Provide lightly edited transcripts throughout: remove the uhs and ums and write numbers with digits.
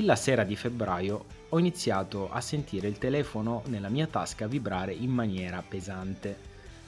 quella sera di febbraio ho iniziato a sentire il telefono nella mia tasca vibrare in maniera pesante.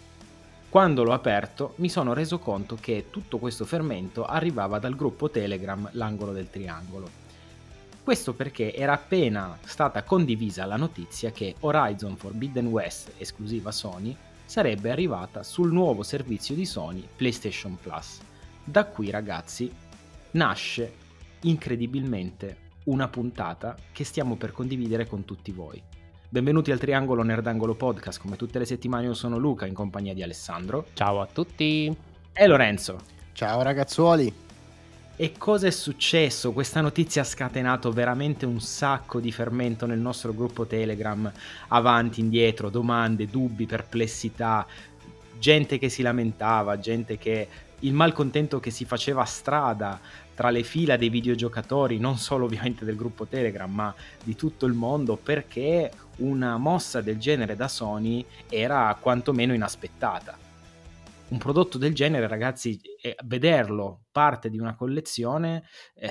Quando l'ho aperto mi sono reso conto che tutto questo fermento arrivava dal gruppo Telegram L'Angolo del Triangolo. Questo perché era appena stata condivisa la notizia che Horizon Forbidden West, esclusiva Sony, sarebbe arrivata sul nuovo servizio di Sony PlayStation Plus. Da qui, ragazzi, nasce incredibilmente una puntata che stiamo per condividere con tutti voi. Benvenuti al Triangolo Nerdangolo Podcast, come tutte le settimane io sono Luca in compagnia di Alessandro. Ciao a tutti! E Lorenzo. Ciao ragazzuoli! E cosa è successo? Questa notizia ha scatenato veramente un sacco di fermento nel nostro gruppo Telegram, avanti, indietro, domande, dubbi, perplessità, gente che si lamentava, gente che il malcontento che si faceva strada tra le fila dei videogiocatori, non solo ovviamente del gruppo Telegram, ma di tutto il mondo, perché una mossa del genere da Sony era quantomeno inaspettata. Un prodotto del genere, ragazzi, vederlo parte di una collezione,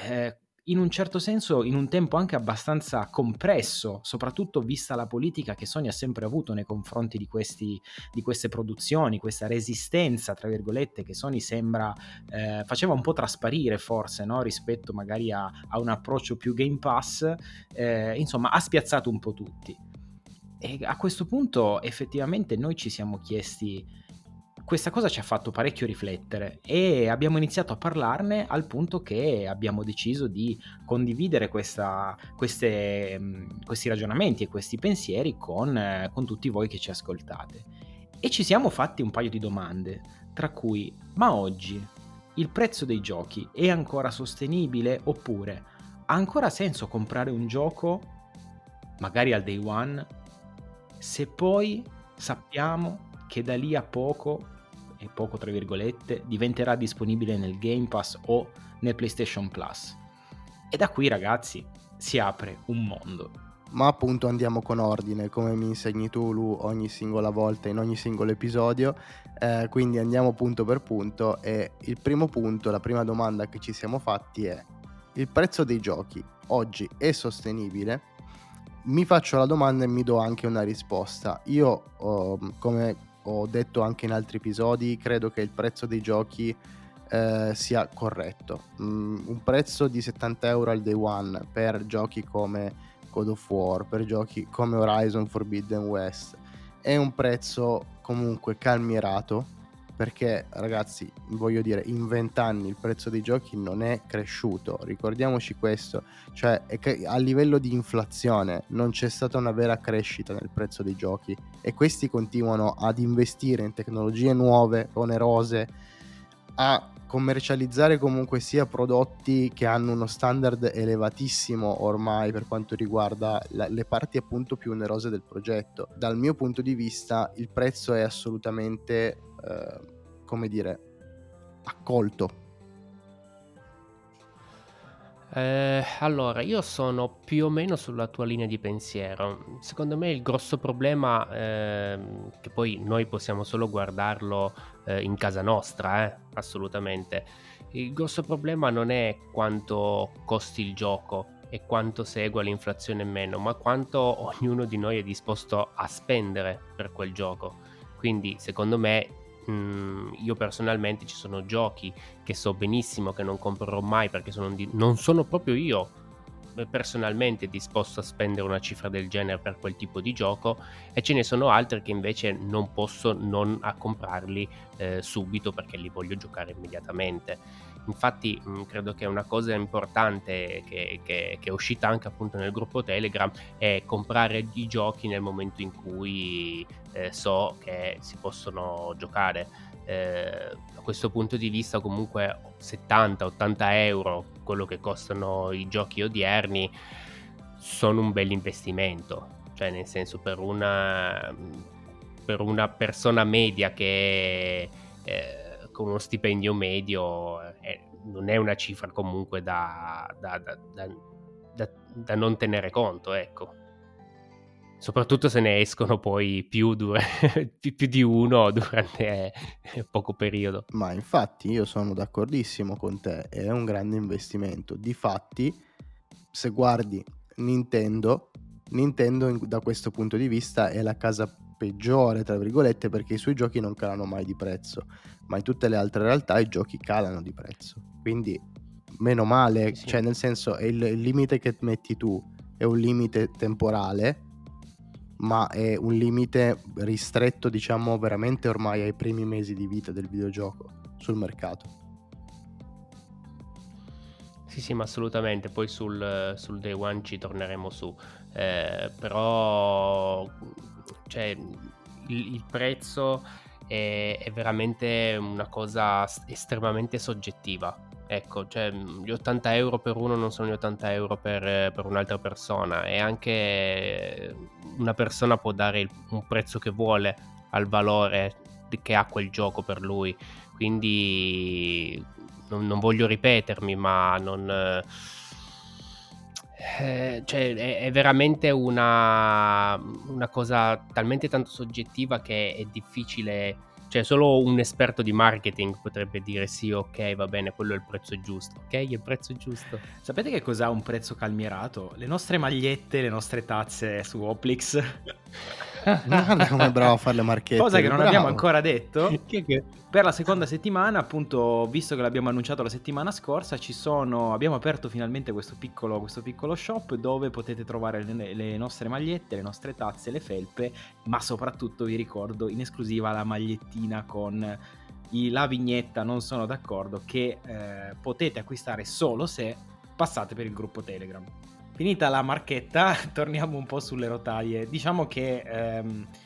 in un certo senso in un tempo anche abbastanza compresso, soprattutto vista la politica che Sony ha sempre avuto nei confronti di queste produzioni, questa resistenza, tra virgolette, che Sony sembra faceva un po' trasparire forse, no? Rispetto magari a un approccio più Game Pass, insomma ha spiazzato un po' tutti. E a questo punto effettivamente noi ci siamo chiesti, questa cosa ci ha fatto parecchio riflettere e abbiamo iniziato a parlarne al punto che abbiamo deciso di condividere questi ragionamenti e questi pensieri con tutti voi che ci ascoltate. E ci siamo fatti un paio di domande, tra cui: ma oggi il prezzo dei giochi è ancora sostenibile, oppure ha ancora senso comprare un gioco magari al day one se poi sappiamo che da lì a poco, e poco tra virgolette, diventerà disponibile nel Game Pass o nel PlayStation Plus? E da qui, ragazzi, si apre un mondo. Ma appunto andiamo con ordine, come mi insegni tu, Lu, ogni singola volta in ogni singolo episodio, quindi andiamo punto per punto. E il primo punto, la prima domanda che ci siamo fatti è: il prezzo dei giochi oggi è sostenibile? Mi faccio la domanda e mi do anche una risposta. Io, come ho detto anche in altri episodi, credo che il prezzo dei giochi sia corretto. Un prezzo di 70 euro al day one per giochi come God of War, per giochi come Horizon Forbidden West è un prezzo comunque calmierato, perché ragazzi, voglio dire, in 20 anni il prezzo dei giochi non è cresciuto, ricordiamoci questo, cioè è che a livello di inflazione non c'è stata una vera crescita nel prezzo dei giochi e questi continuano ad investire in tecnologie nuove, onerose, a commercializzare comunque sia prodotti che hanno uno standard elevatissimo ormai per quanto riguarda le parti appunto più onerose del progetto. Dal mio punto di vista il prezzo è assolutamente come dire, accolto. Allora, io sono più o meno sulla tua linea di pensiero. Secondo me il grosso problema, che poi noi possiamo solo guardarlo in casa nostra, assolutamente. Il grosso problema non è quanto costi il gioco e quanto segua l'inflazione e meno, ma quanto ognuno di noi è disposto a spendere per quel gioco. Quindi, secondo me, io personalmente ci sono giochi che so benissimo che non comprerò mai perché non sono proprio io personalmente disposto a spendere una cifra del genere per quel tipo di gioco, e ce ne sono altri che invece non posso non a comprarli subito perché li voglio giocare immediatamente. Infatti credo che una cosa importante che è uscita anche appunto nel gruppo Telegram è comprare i giochi nel momento in cui so che si possono giocare. Da questo punto di vista comunque 70-80 euro, quello che costano i giochi odierni, sono un bel investimento, cioè nel senso per una persona media che con uno stipendio medio non è una cifra comunque da non tenere conto, ecco. Soprattutto se ne escono poi più di uno durante poco periodo. Ma infatti io sono d'accordissimo con te, è un grande investimento. Difatti se guardi Nintendo da questo punto di vista è la casa peggiore, tra virgolette, perché i suoi giochi non calano mai di prezzo, ma in tutte le altre realtà i giochi calano di prezzo, quindi meno male, Sì. cioè nel senso il limite che metti tu è un limite temporale, ma è un limite ristretto, diciamo, veramente ormai ai primi mesi di vita del videogioco sul mercato. Sì, ma assolutamente, poi sul day one ci torneremo su. Però cioè, il prezzo è veramente una cosa estremamente soggettiva. Ecco, cioè, gli 80 euro per uno non sono gli 80 euro per un'altra persona, e anche una persona può dare un prezzo che vuole al valore che ha quel gioco per lui. Quindi non voglio ripetermi, ma cioè è veramente una cosa talmente tanto soggettiva che è difficile, cioè solo un esperto di marketing potrebbe dire sì, ok, va bene, quello è il prezzo giusto, ok, è il prezzo giusto. Sapete che cos'ha un prezzo calmierato? Le nostre magliette, le nostre tazze su Oplix. Guarda come bravo a fare le marchette. Cosa che non abbiamo bravo. ancora detto. Che- Per la seconda settimana, appunto, visto che l'abbiamo annunciato la settimana scorsa, abbiamo aperto finalmente questo piccolo shop dove potete trovare le nostre magliette, le nostre tazze, le felpe, ma soprattutto vi ricordo in esclusiva la magliettina con la vignetta "Non sono d'accordo", che potete acquistare solo se passate per il gruppo Telegram. Finita la marchetta, torniamo un po' sulle rotaie. Diciamo che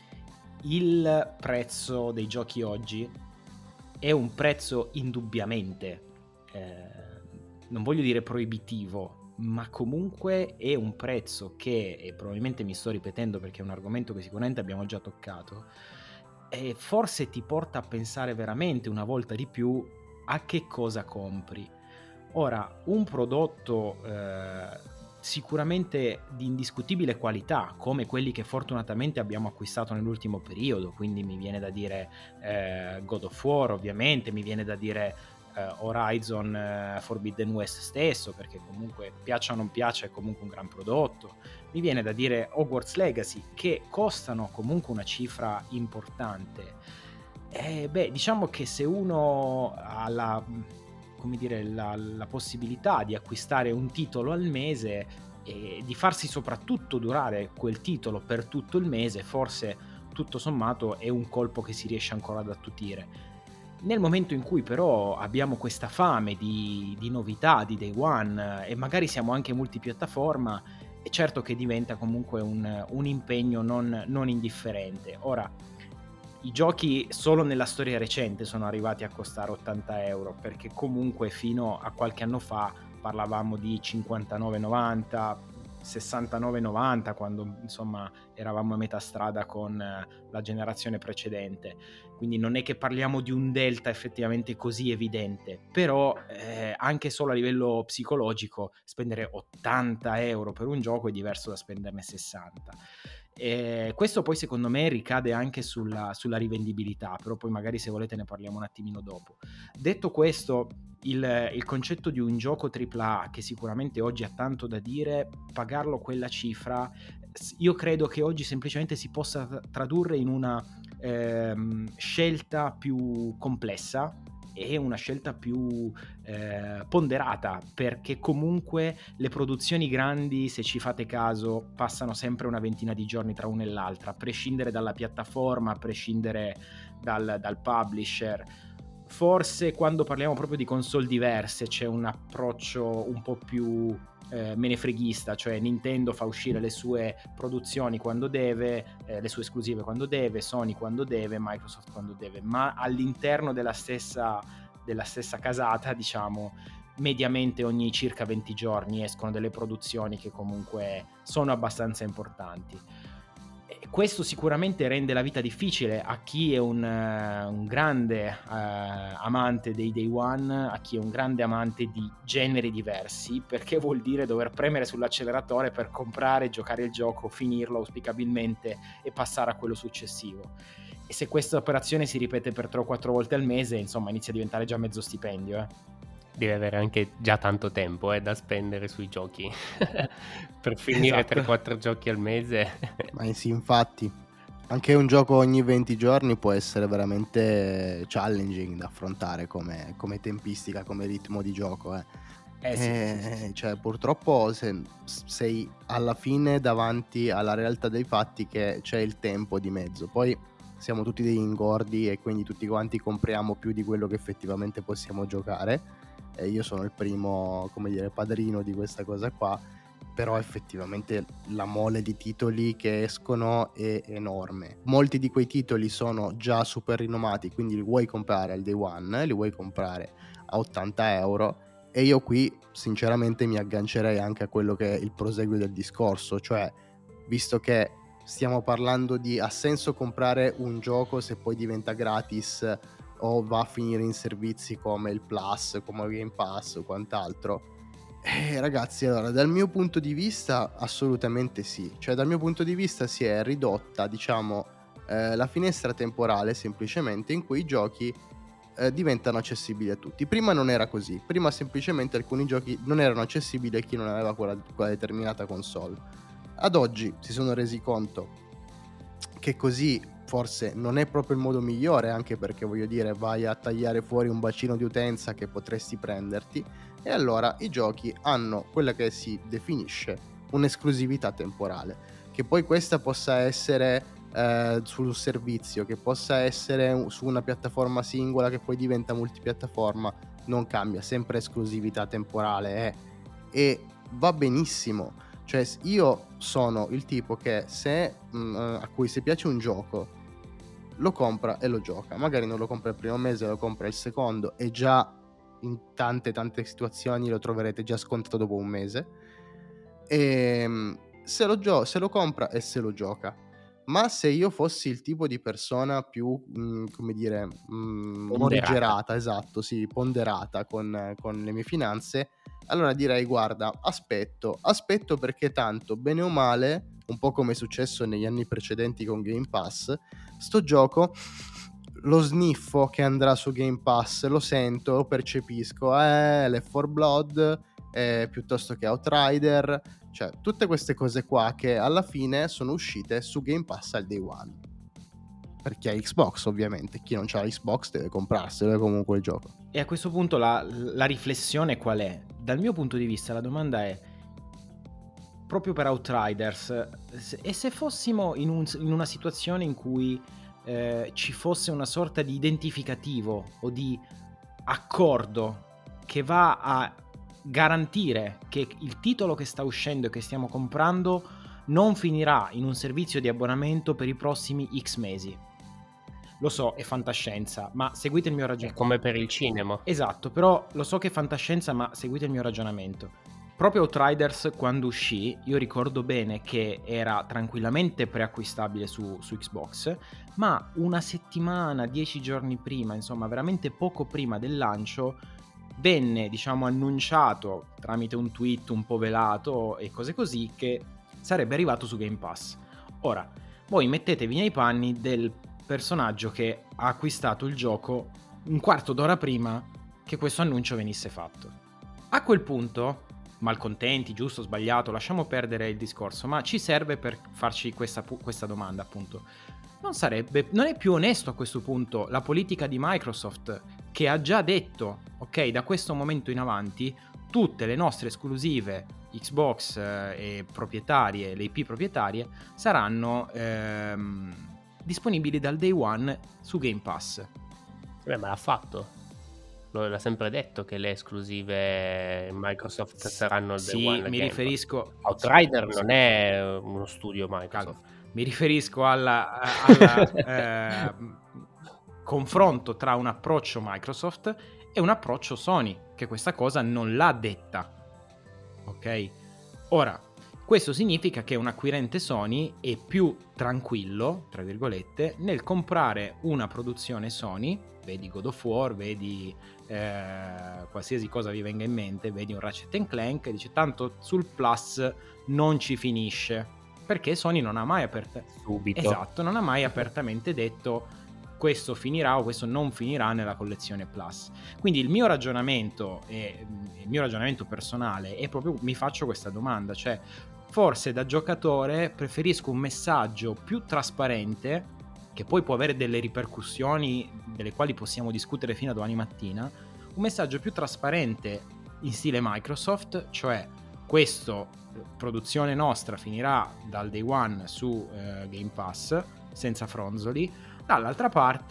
il prezzo dei giochi oggi è un prezzo indubbiamente, non voglio dire proibitivo, ma comunque è un prezzo che, e probabilmente mi sto ripetendo perché è un argomento che sicuramente abbiamo già toccato, e forse ti porta a pensare veramente una volta di più a che cosa compri. Ora, un prodotto sicuramente di indiscutibile qualità, come quelli che fortunatamente abbiamo acquistato nell'ultimo periodo, quindi mi viene da dire God of War, ovviamente, mi viene da dire Horizon Forbidden West stesso, perché comunque piaccia o non piaccia è comunque un gran prodotto, mi viene da dire Hogwarts Legacy, che costano comunque una cifra importante. Diciamo che se uno ha la possibilità di acquistare un titolo al mese e di farsi soprattutto durare quel titolo per tutto il mese, forse tutto sommato è un colpo che si riesce ancora ad attutire. Nel momento in cui però abbiamo questa fame di novità, di day one, e magari siamo anche multipiattaforma, è certo che diventa comunque un impegno non indifferente. Ora, i giochi solo nella storia recente sono arrivati a costare 80 euro, perché comunque fino a qualche anno fa parlavamo di 59,90, 69,90, quando insomma eravamo a metà strada con la generazione precedente. Quindi non è che parliamo di un delta effettivamente così evidente, però anche solo a livello psicologico spendere 80 euro per un gioco è diverso da spenderne 60. Questo poi secondo me ricade anche sulla rivendibilità, però poi magari se volete ne parliamo un attimino dopo. Detto questo, il concetto di un gioco AAA che sicuramente oggi ha tanto da dire, pagarlo quella cifra, io credo che oggi semplicemente si possa tradurre in una scelta più complessa e una scelta più ponderata, perché comunque le produzioni grandi, se ci fate caso, passano sempre una ventina di giorni tra una e l'altra, a prescindere dalla piattaforma, a prescindere dal publisher. Forse quando parliamo proprio di console diverse c'è un approccio un po' più menefreghista, cioè Nintendo fa uscire le sue produzioni quando deve, le sue esclusive quando deve, Sony quando deve, Microsoft quando deve, ma all'interno della stessa casata, diciamo, mediamente ogni circa 20 giorni escono delle produzioni che comunque sono abbastanza importanti. Questo sicuramente rende la vita difficile a chi è un grande amante dei day one, a chi è un grande amante di generi diversi, perché vuol dire dover premere sull'acceleratore per comprare, giocare il gioco, finirlo auspicabilmente e passare a quello successivo. E se questa operazione si ripete per 3 o 4 volte al mese, insomma, inizia a diventare già mezzo stipendio. devi avere anche già tanto tempo da spendere sui giochi per finire Esatto. 3-4 giochi al mese. Ma sì, infatti, anche un gioco ogni 20 giorni può essere veramente challenging da affrontare come tempistica, come ritmo di gioco. Sì. Cioè, purtroppo sei alla fine davanti alla realtà dei fatti che c'è il tempo di mezzo. Poi siamo tutti degli ingordi e quindi tutti quanti compriamo più di quello che effettivamente possiamo giocare. E io sono il primo, come dire, padrino di questa cosa qua, però effettivamente la mole di titoli che escono è enorme. Molti di quei titoli sono già super rinomati, quindi li vuoi comprare al day one, li vuoi comprare a 80 euro, e io qui sinceramente mi aggancerei anche a quello che è il proseguio del discorso, cioè visto che stiamo parlando di ha senso comprare un gioco se poi diventa gratis o va a finire in servizi come il Plus, come il Game Pass o quant'altro. Ragazzi, allora dal mio punto di vista assolutamente sì, cioè dal mio punto di vista si è ridotta, diciamo, la finestra temporale semplicemente in cui i giochi diventano accessibili a tutti. Prima non era così, prima semplicemente alcuni giochi non erano accessibili a chi non aveva quella determinata console. Ad oggi si sono resi conto che così forse non è proprio il modo migliore, anche perché voglio dire vai a tagliare fuori un bacino di utenza che potresti prenderti, e allora i giochi hanno quella che si definisce un'esclusività temporale, che poi questa possa essere sul servizio, che possa essere su una piattaforma singola che poi diventa multipiattaforma, non cambia, sempre esclusività temporale e va benissimo. Cioè io sono il tipo che a cui se piace un gioco lo compra e lo gioca, magari non lo compra il primo mese, lo compra il secondo, e già in tante situazioni lo troverete già scontato dopo un mese, e se lo compra e se lo gioca. Ma se io fossi il tipo di persona più come dire morigerata, esatto, sì, ponderata con le mie finanze, allora direi guarda, aspetto perché tanto bene o male, un po' come è successo negli anni precedenti con Game Pass, sto gioco lo sniffo che andrà su Game Pass, lo sento, lo percepisco, Left 4 Blood, piuttosto che Outrider, cioè tutte queste cose qua che alla fine sono uscite su Game Pass al day one. Per chi ha Xbox, ovviamente, chi non ha Xbox deve comprarselo comunque il gioco. E a questo punto la riflessione qual è? Dal mio punto di vista la domanda è, proprio per Outriders, e se fossimo in una situazione in cui ci fosse una sorta di identificativo o di accordo che va a garantire che il titolo che sta uscendo e che stiamo comprando non finirà in un servizio di abbonamento per i prossimi X mesi. Lo so, è fantascienza, ma seguite il mio ragionamento. È come per il cinema. Esatto, però lo so che è fantascienza, ma seguite il mio ragionamento. Proprio Outriders, quando uscì, io ricordo bene che era tranquillamente preacquistabile su Xbox, ma una settimana, 10 giorni prima, insomma veramente poco prima del lancio, venne, diciamo, annunciato tramite un tweet un po' velato e cose così che sarebbe arrivato su Game Pass. Ora, voi mettetevi nei panni del personaggio che ha acquistato il gioco un quarto d'ora prima che questo annuncio venisse fatto. A quel punto, malcontenti, giusto o sbagliato, lasciamo perdere il discorso, ma ci serve per farci questa domanda, appunto. Non è più onesto a questo punto la politica di Microsoft, che ha già detto, ok, da questo momento in avanti tutte le nostre esclusive Xbox e proprietarie, le IP proprietarie, saranno disponibili dal day one su Game Pass. Beh, ma l'ha fatto. L'ha sempre detto che le esclusive Microsoft saranno del day one. Sì, mi riferisco... Outrider non è uno studio Microsoft. Calma. Mi riferisco alla confronto tra un approccio Microsoft e un approccio Sony, che questa cosa non l'ha detta. Ok? Ora, questo significa che un acquirente Sony è più tranquillo, tra virgolette, nel comprare una produzione Sony, vedi God of War, vedi qualsiasi cosa vi venga in mente, vedi un Ratchet & Clank, dice tanto sul Plus non ci finisce, perché Sony non ha mai non ha mai apertamente detto questo finirà o questo non finirà nella collezione Plus. Quindi il mio ragionamento personale è proprio, mi faccio questa domanda, cioè forse da giocatore preferisco un messaggio più trasparente, che poi può avere delle ripercussioni delle quali possiamo discutere fino a domani mattina, un messaggio più trasparente in stile Microsoft, cioè questo, produzione nostra, finirà dal day one su Game Pass senza fronzoli. Dall'altra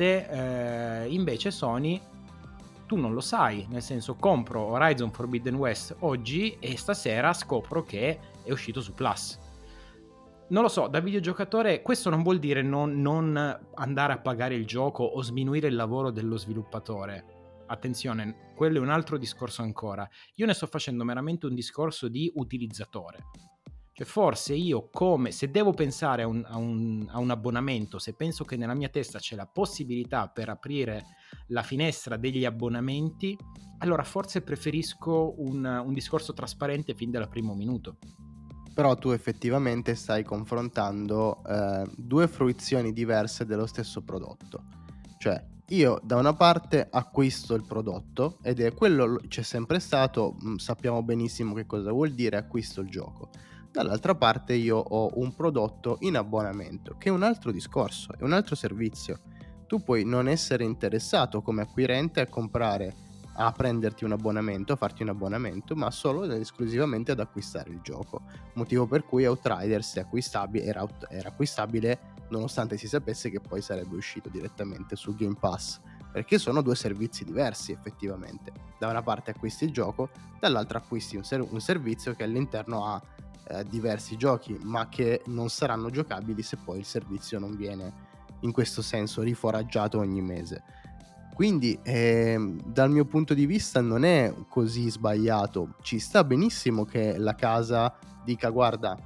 parte invece Sony, tu non lo sai, nel senso, compro Horizon Forbidden West oggi e stasera scopro che è uscito su Plus. Non lo so, da videogiocatore questo non vuol dire non andare a pagare il gioco o sminuire il lavoro dello sviluppatore. Attenzione, quello è un altro discorso ancora. Io ne sto facendo meramente un discorso di utilizzatore. Cioè forse io, come se devo pensare a un abbonamento, se penso che nella mia testa c'è la possibilità per aprire la finestra degli abbonamenti, allora forse preferisco un discorso trasparente fin dal primo minuto. Però tu effettivamente stai confrontando due fruizioni diverse dello stesso prodotto. Cioè, io da una parte acquisto il prodotto, ed è quello, c'è sempre stato, sappiamo benissimo che cosa vuol dire acquisto il gioco. Dall'altra parte io ho un prodotto in abbonamento, che è un altro discorso, è un altro servizio. Tu puoi non essere interessato come acquirente a comprare, a prenderti un abbonamento, a farti un abbonamento, ma solo ed esclusivamente ad acquistare il gioco. Motivo per cui Outriders era acquistabile nonostante si sapesse che poi sarebbe uscito direttamente su Game Pass, perché sono due servizi diversi effettivamente. Da una parte acquisti il gioco, dall'altra acquisti un servizio che all'interno ha diversi giochi, ma che non saranno giocabili se poi il servizio non viene in questo senso riforaggiato ogni mese. Quindi dal mio punto di vista non è così sbagliato, ci sta benissimo che la casa dica guarda,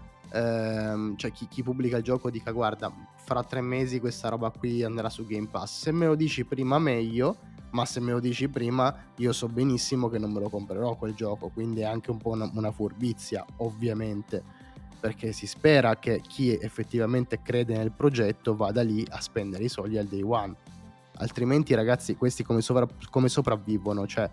cioè chi pubblica il gioco dica guarda, fra 3 mesi questa roba qui andrà su Game Pass. Se me lo dici prima meglio, ma se me lo dici prima io so benissimo che non me lo comprerò quel gioco, quindi è anche un po' una furbizia ovviamente, perché si spera che chi effettivamente crede nel progetto vada lì a spendere i soldi al day one, altrimenti ragazzi questi come sopravvivono? Cioè,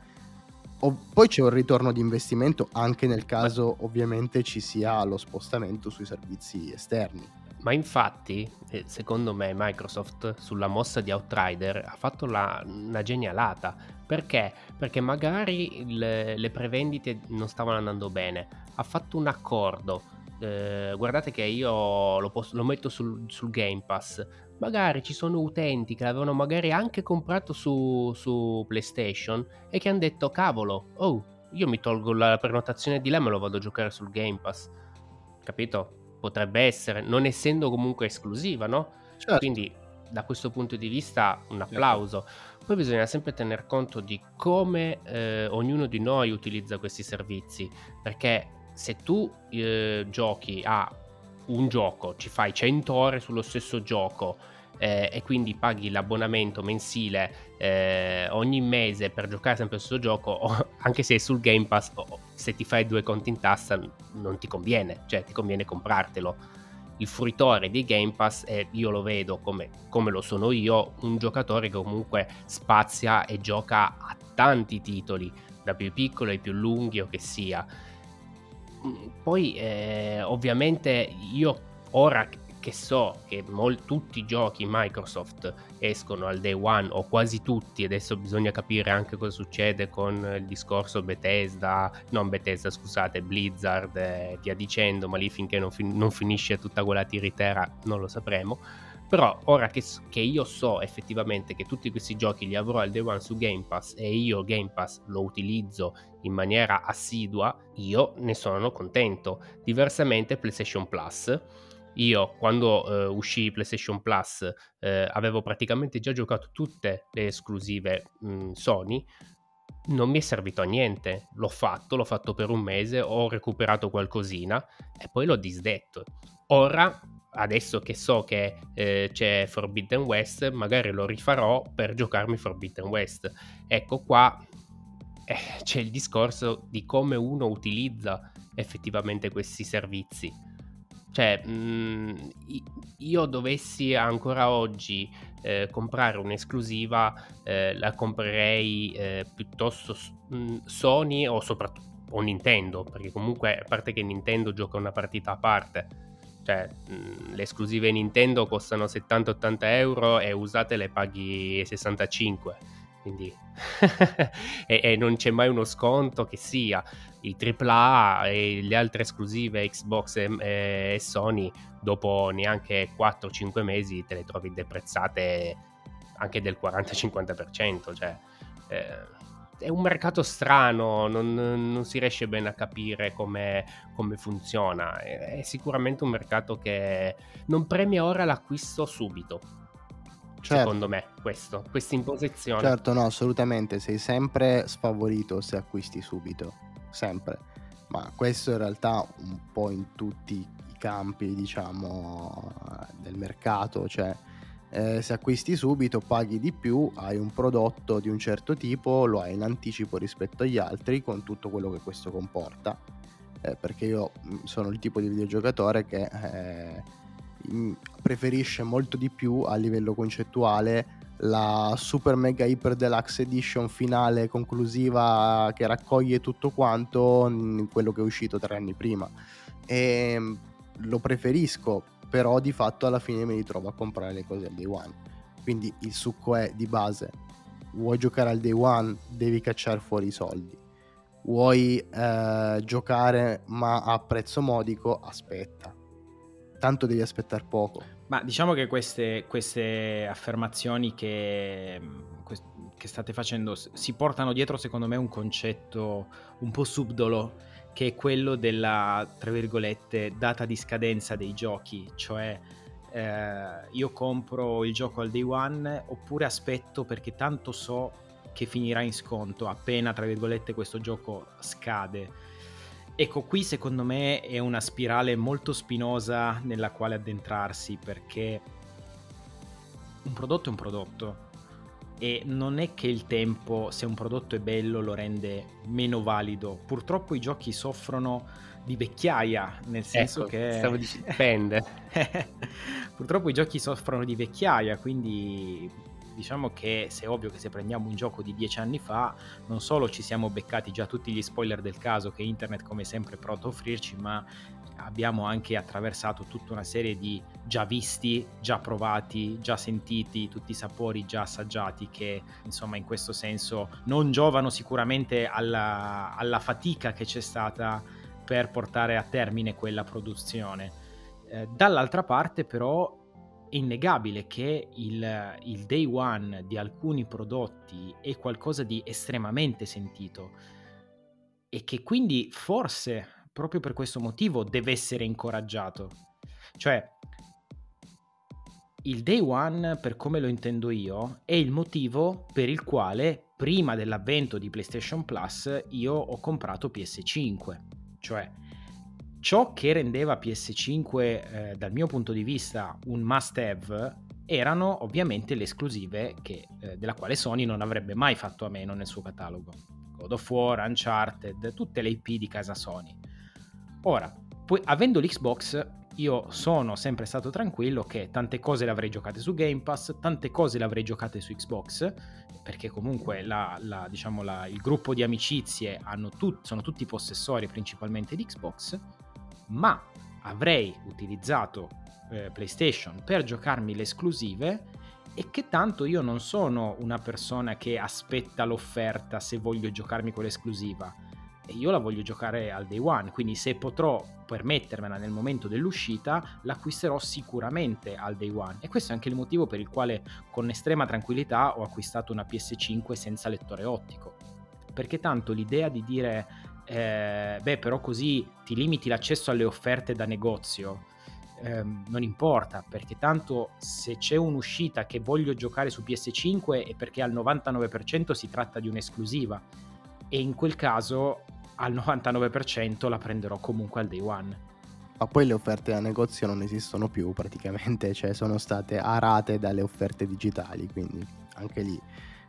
poi c'è un ritorno di investimento anche nel caso ovviamente ci sia lo spostamento sui servizi esterni. Ma infatti, secondo me, Microsoft sulla mossa di Outrider ha fatto una genialata. Perché? Perché magari le prevendite non stavano andando bene. Ha fatto un accordo. Guardate che io lo metto sul Game Pass. Magari ci sono utenti che l'avevano magari anche comprato su PlayStation e che hanno detto cavolo, io mi tolgo la prenotazione di là e me lo vado a giocare sul Game Pass. Capito? Potrebbe essere, non essendo comunque esclusiva, no? Certo. Quindi da questo punto di vista un applauso. Poi bisogna sempre tener conto di come ognuno di noi utilizza questi servizi, perché se tu giochi a un gioco, ci fai 100 ore sullo stesso gioco e quindi paghi l'abbonamento mensile ogni mese per giocare sempre al stesso gioco, anche se è sul Game Pass, se ti fai 2 conti in tasca non ti conviene, cioè ti conviene comprartelo. Il fruitore di Game Pass io lo vedo come lo sono io, un giocatore che comunque spazia e gioca a tanti titoli, da più piccoli ai più lunghi o che sia. Poi ovviamente io ora che so che tutti i giochi Microsoft escono al day one o quasi tutti, adesso bisogna capire anche cosa succede con il discorso Blizzard e via dicendo, ma lì finché non finisce tutta quella tiritera non lo sapremo. Però ora che io so effettivamente che tutti questi giochi li avrò al day one su Game Pass e io Game Pass lo utilizzo in maniera assidua, io ne sono contento. Diversamente PlayStation Plus, io quando uscì PlayStation Plus avevo praticamente già giocato tutte le esclusive Sony, non mi è servito a niente, l'ho fatto per un mese, ho recuperato qualcosina e poi l'ho disdetto. Ora, adesso che so che c'è Forbidden West, magari lo rifarò per giocarmi Forbidden West. Ecco qua c'è il discorso di come uno utilizza effettivamente questi servizi. Cioè, io dovessi ancora oggi comprare un'esclusiva, la comprerei piuttosto Sony o soprattutto o Nintendo, perché comunque a parte che Nintendo gioca una partita a parte, cioè le esclusive Nintendo costano 70-80 euro e usate le paghi 65, quindi e non c'è mai uno sconto che sia i AAA e le altre esclusive Xbox e Sony dopo neanche 4-5 mesi te le trovi deprezzate anche del 40-50%, cioè è un mercato strano, non si riesce bene a capire come funziona, è sicuramente un mercato che non premia ora l'acquisto subito, secondo me, questa imposizione. Certo, no, assolutamente, sei sempre sfavorito se acquisti subito, sempre, ma questo in realtà un po' in tutti i campi, diciamo, del mercato, cioè se acquisti subito paghi di più, hai un prodotto di un certo tipo, lo hai in anticipo rispetto agli altri con tutto quello che questo comporta, perché io sono il tipo di videogiocatore che preferisce molto di più a livello concettuale la super mega hyper deluxe edition finale conclusiva che raccoglie tutto quanto in quello che è uscito 3 anni prima, e lo preferisco, però di fatto alla fine mi ritrovo a comprare le cose al day one. Quindi il succo è di base: vuoi giocare al day one, devi cacciare fuori i soldi. Vuoi giocare ma a prezzo modico, aspetta, tanto devi aspettare poco. Ma diciamo che queste affermazioni che state facendo si portano dietro, secondo me, un concetto un po' subdolo, che è quello della, tra virgolette, data di scadenza dei giochi. Cioè io compro il gioco al day one oppure aspetto perché tanto so che finirà in sconto appena, tra virgolette, questo gioco scade. Ecco, qui secondo me è una spirale molto spinosa nella quale addentrarsi, perché un prodotto è un prodotto e non è che il tempo, se un prodotto è bello, lo rende meno valido. Purtroppo i giochi soffrono di vecchiaia, nel senso che stavo dicendo, dipende. Purtroppo i giochi soffrono di vecchiaia, quindi diciamo che è ovvio che se prendiamo un gioco di 10 anni fa, non solo ci siamo beccati già tutti gli spoiler del caso che internet come sempre è pronto a offrirci, ma abbiamo anche attraversato tutta una serie di già visti, già provati, già sentiti, tutti i sapori già assaggiati, che insomma in questo senso non giovano sicuramente alla fatica che c'è stata per portare a termine quella produzione. Dall'altra parte però è innegabile che il day one di alcuni prodotti è qualcosa di estremamente sentito e che quindi forse proprio per questo motivo deve essere incoraggiato. Cioè, il day one, per come lo intendo io, è il motivo per il quale prima dell'avvento di PlayStation Plus io ho comprato PS5. Cioè, ciò che rendeva PS5 dal mio punto di vista un must have erano ovviamente le esclusive della quale Sony non avrebbe mai fatto a meno nel suo catalogo. God of War, Uncharted, tutte le IP di casa Sony. Ora, poi, avendo l'Xbox, io sono sempre stato tranquillo che tante cose le avrei giocate su Game Pass, tante cose le avrei giocate su Xbox, perché comunque il gruppo di amicizie sono tutti possessori principalmente di Xbox, ma avrei utilizzato PlayStation per giocarmi le esclusive, e che tanto io non sono una persona che aspetta l'offerta se voglio giocarmi quell'esclusiva, e io la voglio giocare al day one, quindi se potrò permettermela nel momento dell'uscita l'acquisterò sicuramente al day one. E questo è anche il motivo per il quale con estrema tranquillità ho acquistato una PS5 senza lettore ottico, perché tanto l'idea di dire però così ti limiti l'accesso alle offerte da negozio, non importa, perché tanto se c'è un'uscita che voglio giocare su PS5 è perché al 99% si tratta di un'esclusiva, e in quel caso al 99% la prenderò comunque al day one. Ma poi le offerte da negozio non esistono più praticamente, cioè sono state arate dalle offerte digitali, quindi anche lì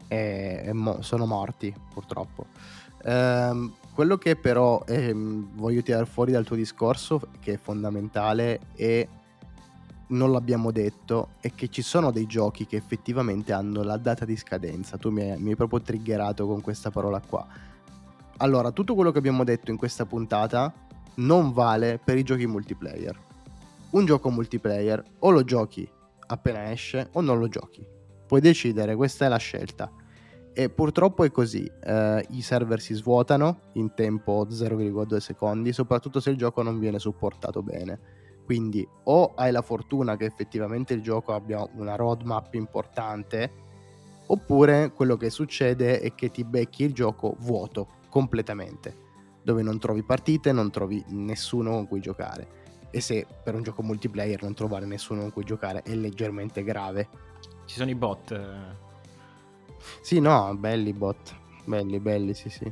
sono morti purtroppo. Quello che però voglio tirare fuori dal tuo discorso, che è fondamentale e non l'abbiamo detto, è che ci sono dei giochi che effettivamente hanno la data di scadenza. Tu mi hai proprio triggerato con questa parola qua. Allora, tutto quello che abbiamo detto in questa puntata non vale per i giochi multiplayer. Un gioco multiplayer o lo giochi appena esce o non lo giochi. Puoi decidere, questa è la scelta. E purtroppo è così, i server si svuotano in tempo 0,2 secondi, soprattutto se il gioco non viene supportato bene. Quindi o hai la fortuna che effettivamente il gioco abbia una roadmap importante, oppure quello che succede è che ti becchi il gioco vuoto completamente, dove non trovi partite, non trovi nessuno con cui giocare. E se per un gioco multiplayer non trovare nessuno con cui giocare è leggermente grave. Ci sono i bot. Sì, no, belli i bot. Belli, sì.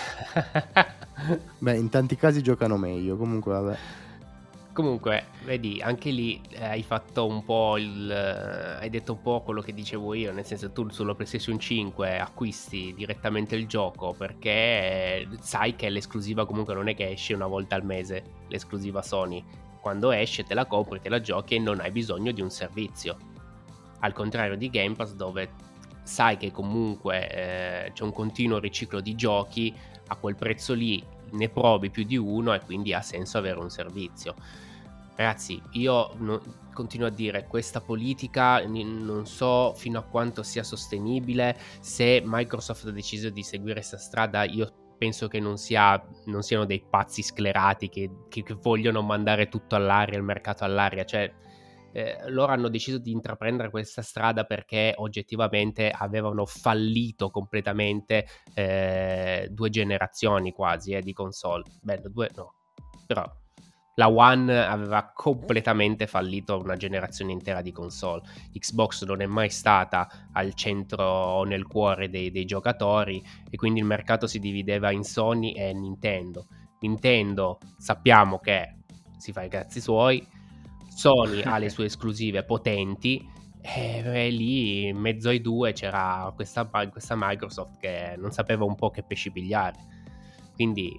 Beh, in tanti casi giocano meglio, comunque vabbè. Comunque, vedi, anche lì hai fatto un po' hai detto un po' quello che dicevo io, nel senso tu sulla PlayStation 5 acquisti direttamente il gioco perché sai che l'esclusiva comunque non è che esce una volta al mese, l'esclusiva Sony. Quando esce te la compri, te la giochi e non hai bisogno di un servizio. Al contrario di Game Pass, dove sai che comunque c'è un continuo riciclo di giochi, a quel prezzo lì ne provi più di uno e quindi ha senso avere un servizio. Ragazzi, io continuo a dire, questa politica non so fino a quanto sia sostenibile. Se Microsoft ha deciso di seguire questa strada, io penso che non siano dei pazzi sclerati che vogliono mandare tutto all'aria, il mercato all'aria. Cioè, loro hanno deciso di intraprendere questa strada perché oggettivamente avevano fallito completamente 2 generazioni quasi di console. Beh, 2 no, però la One aveva completamente fallito una generazione intera di console. Xbox non è mai stata al centro o nel cuore dei giocatori e quindi il mercato si divideva in Sony e Nintendo. Nintendo sappiamo che si fa i cazzi suoi, Sony ha le sue esclusive potenti e lì in mezzo ai due c'era questa Microsoft che non sapeva un po' che pesci pigliare. Quindi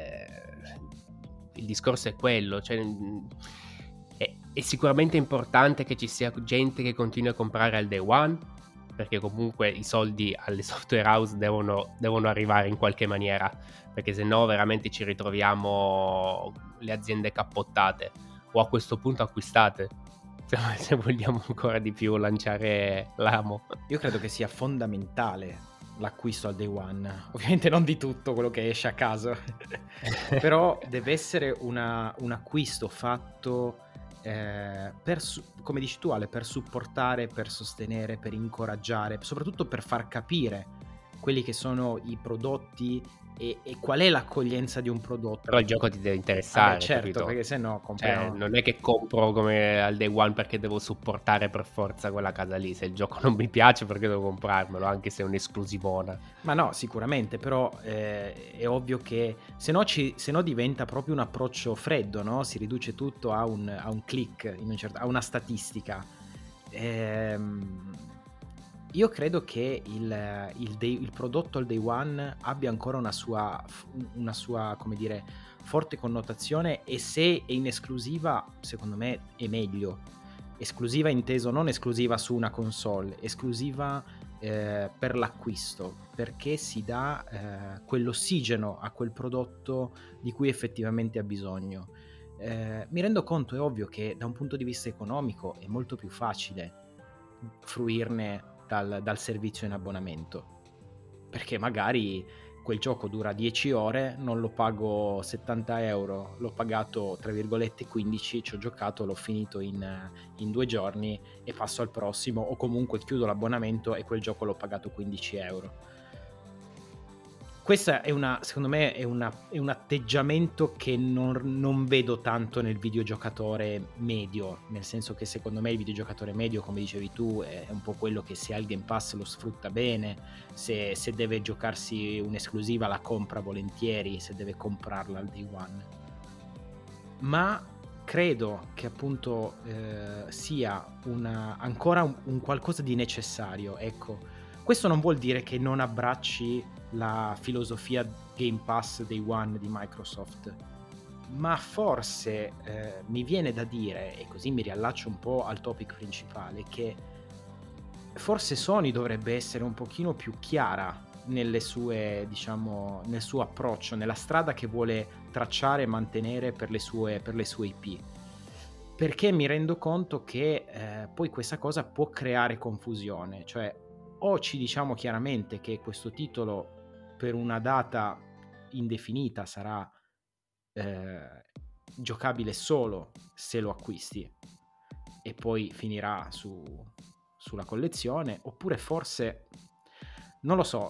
il discorso è quello, cioè, è sicuramente importante che ci sia gente che continui a comprare al day one, perché comunque i soldi alle software house devono arrivare in qualche maniera, perché se no veramente ci ritroviamo le aziende cappottate o a questo punto acquistate, se vogliamo ancora di più lanciare l'amo. Io credo che sia fondamentale l'acquisto al day one, ovviamente non di tutto quello che esce a caso, però deve essere un acquisto fatto come dici tu Ale, per supportare, per sostenere, per incoraggiare, soprattutto per far capire quelli che sono i prodotti e qual è l'accoglienza di un prodotto. Però il gioco ti deve interessare, certo, capito? perché se no cioè, non è che compro come al day one perché devo supportare per forza quella casa lì. Se il gioco non mi piace, perché devo comprarmelo, anche se è un'esclusivona. Ma no, sicuramente, però è ovvio che se no diventa proprio un approccio freddo, no? Si riduce tutto a un click, a una statistica. Io credo che il prodotto al day one abbia ancora una sua, come dire, forte connotazione, e se è in esclusiva, secondo me è meglio. Esclusiva inteso non esclusiva su una console, esclusiva per l'acquisto, perché si dà quell'ossigeno a quel prodotto di cui effettivamente ha bisogno. Mi rendo conto, è ovvio che da un punto di vista economico è molto più facile fruirne dal servizio in abbonamento, perché magari quel gioco dura 10 ore, non lo pago 70 euro, l'ho pagato tra virgolette 15, ci ho giocato, l'ho finito in 2 giorni e passo al prossimo, o comunque chiudo l'abbonamento e quel gioco l'ho pagato 15 euro. Questa secondo me è un atteggiamento che non vedo tanto nel videogiocatore medio, nel senso che secondo me il videogiocatore medio, come dicevi tu, è un po' quello che se ha il Game Pass lo sfrutta bene, se deve giocarsi un'esclusiva la compra volentieri, se deve comprarla al day one. Ma credo che appunto sia ancora un qualcosa di necessario, ecco. Questo non vuol dire che non abbracci la filosofia Game Pass Day One di Microsoft, ma forse mi viene da dire, e così mi riallaccio un po' al topic principale, che forse Sony dovrebbe essere un pochino più chiara nelle sue, diciamo, nel suo approccio, nella strada che vuole tracciare e mantenere per le sue IP, perché mi rendo conto che poi questa cosa può creare confusione. Cioè, o ci diciamo chiaramente che questo titolo per una data indefinita sarà giocabile solo se lo acquisti e poi finirà sulla collezione, oppure forse, non lo so,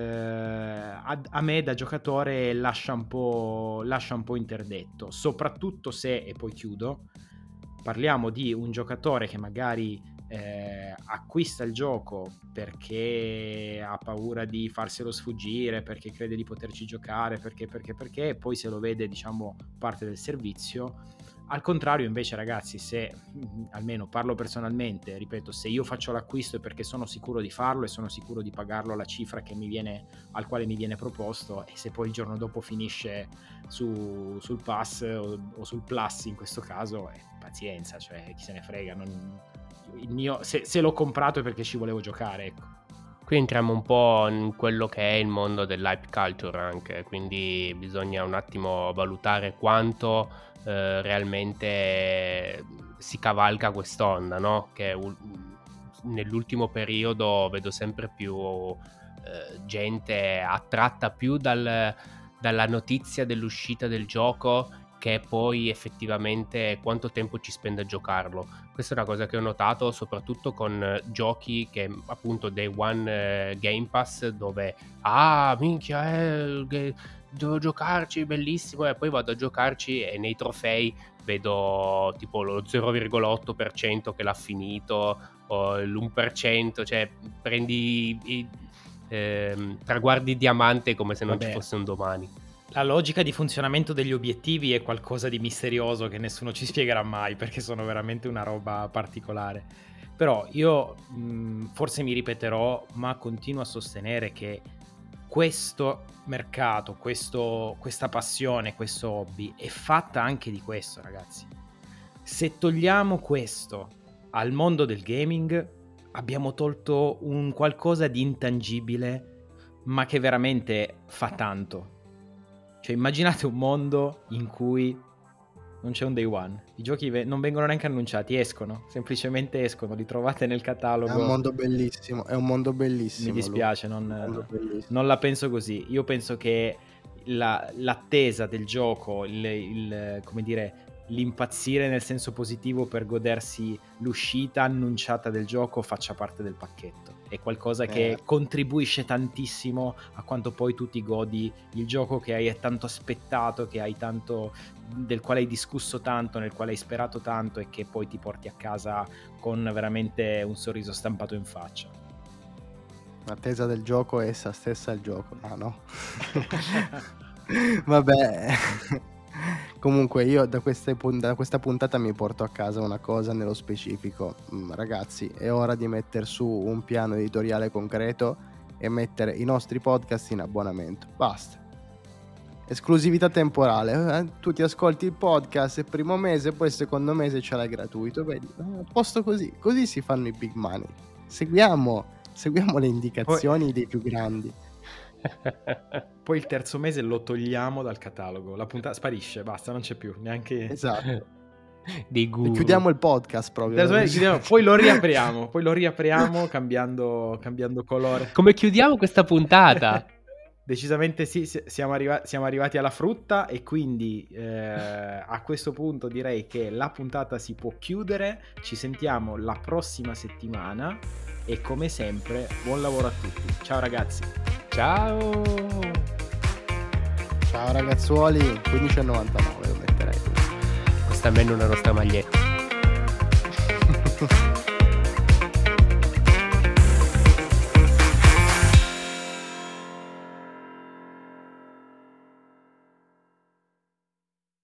a me da giocatore lascia un po' interdetto, soprattutto se, e poi chiudo, parliamo di un giocatore che magari acquista il gioco perché ha paura di farselo sfuggire, perché crede di poterci giocare, perché e poi se lo vede, diciamo, parte del servizio. Al contrario, invece, ragazzi, se, almeno parlo personalmente, ripeto, se io faccio l'acquisto è perché sono sicuro di farlo e sono sicuro di pagarlo alla cifra che al quale mi viene proposto, e se poi il giorno dopo finisce sul pass o sul plus in questo caso, pazienza, cioè chi se ne frega. Il mio, se l'ho comprato è perché ci volevo giocare, ecco. Qui entriamo un po' in quello che è il mondo dell'hype culture anche, quindi bisogna un attimo valutare quanto realmente si cavalca quest'onda, no? Che nell'ultimo periodo vedo sempre più gente attratta più dalla notizia dell'uscita del gioco che poi effettivamente quanto tempo ci spende a giocarlo. Questa è una cosa che ho notato soprattutto con giochi che appunto Day One Game Pass, dove minchia, devo giocarci, bellissimo, e poi vado a giocarci e nei trofei vedo tipo lo 0,8% che l'ha finito o l'1%, cioè prendi i traguardi diamante come se non ci fosse un domani. La logica di funzionamento degli obiettivi è qualcosa di misterioso che nessuno ci spiegherà mai, perché sono veramente una roba particolare. Però io forse mi ripeterò, ma continuo a sostenere che questo mercato, questa passione, questo hobby è fatta anche di questo, ragazzi. Se togliamo questo al mondo del gaming, abbiamo tolto un qualcosa di intangibile, ma che veramente fa tanto. Cioè, immaginate un mondo in cui non c'è un day one, i giochi non vengono neanche annunciati, escono, semplicemente escono, li trovate nel catalogo. È un mondo bellissimo, Mi dispiace, non la penso così. Io penso che l'attesa del gioco, come dire, l'impazzire nel senso positivo per godersi l'uscita annunciata del gioco faccia parte del pacchetto. È qualcosa che contribuisce tantissimo a quanto poi tu ti godi il gioco che hai tanto aspettato, che hai tanto, del quale hai discusso tanto, nel quale hai sperato tanto, e che poi ti porti a casa con veramente un sorriso stampato in faccia. L'attesa del gioco è essa stessa il gioco. No. Vabbè. Comunque io da questa puntata mi porto a casa una cosa nello specifico. Ragazzi, è ora di mettere su un piano editoriale concreto e mettere i nostri podcast in abbonamento. Basta. Esclusività temporale. Tu ti ascolti il podcast il primo mese, poi il secondo mese ce l'hai gratuito. Vedi, posto così si fanno i big money. Seguiamo le indicazioni dei più grandi. Poi il terzo mese lo togliamo dal catalogo, la puntata sparisce, basta, non c'è più neanche. Esatto. Dei guru. Chiudiamo il podcast proprio. Poi lo riapriamo cambiando colore. Come chiudiamo questa puntata? Decisamente sì, siamo arrivati alla frutta, e quindi a questo punto direi che la puntata si può chiudere. Ci sentiamo la prossima settimana e come sempre buon lavoro a tutti. Ciao ragazzi. Ciao ragazzuoli. 15,99 lo metterei. Questa almeno è una nostra maglietta.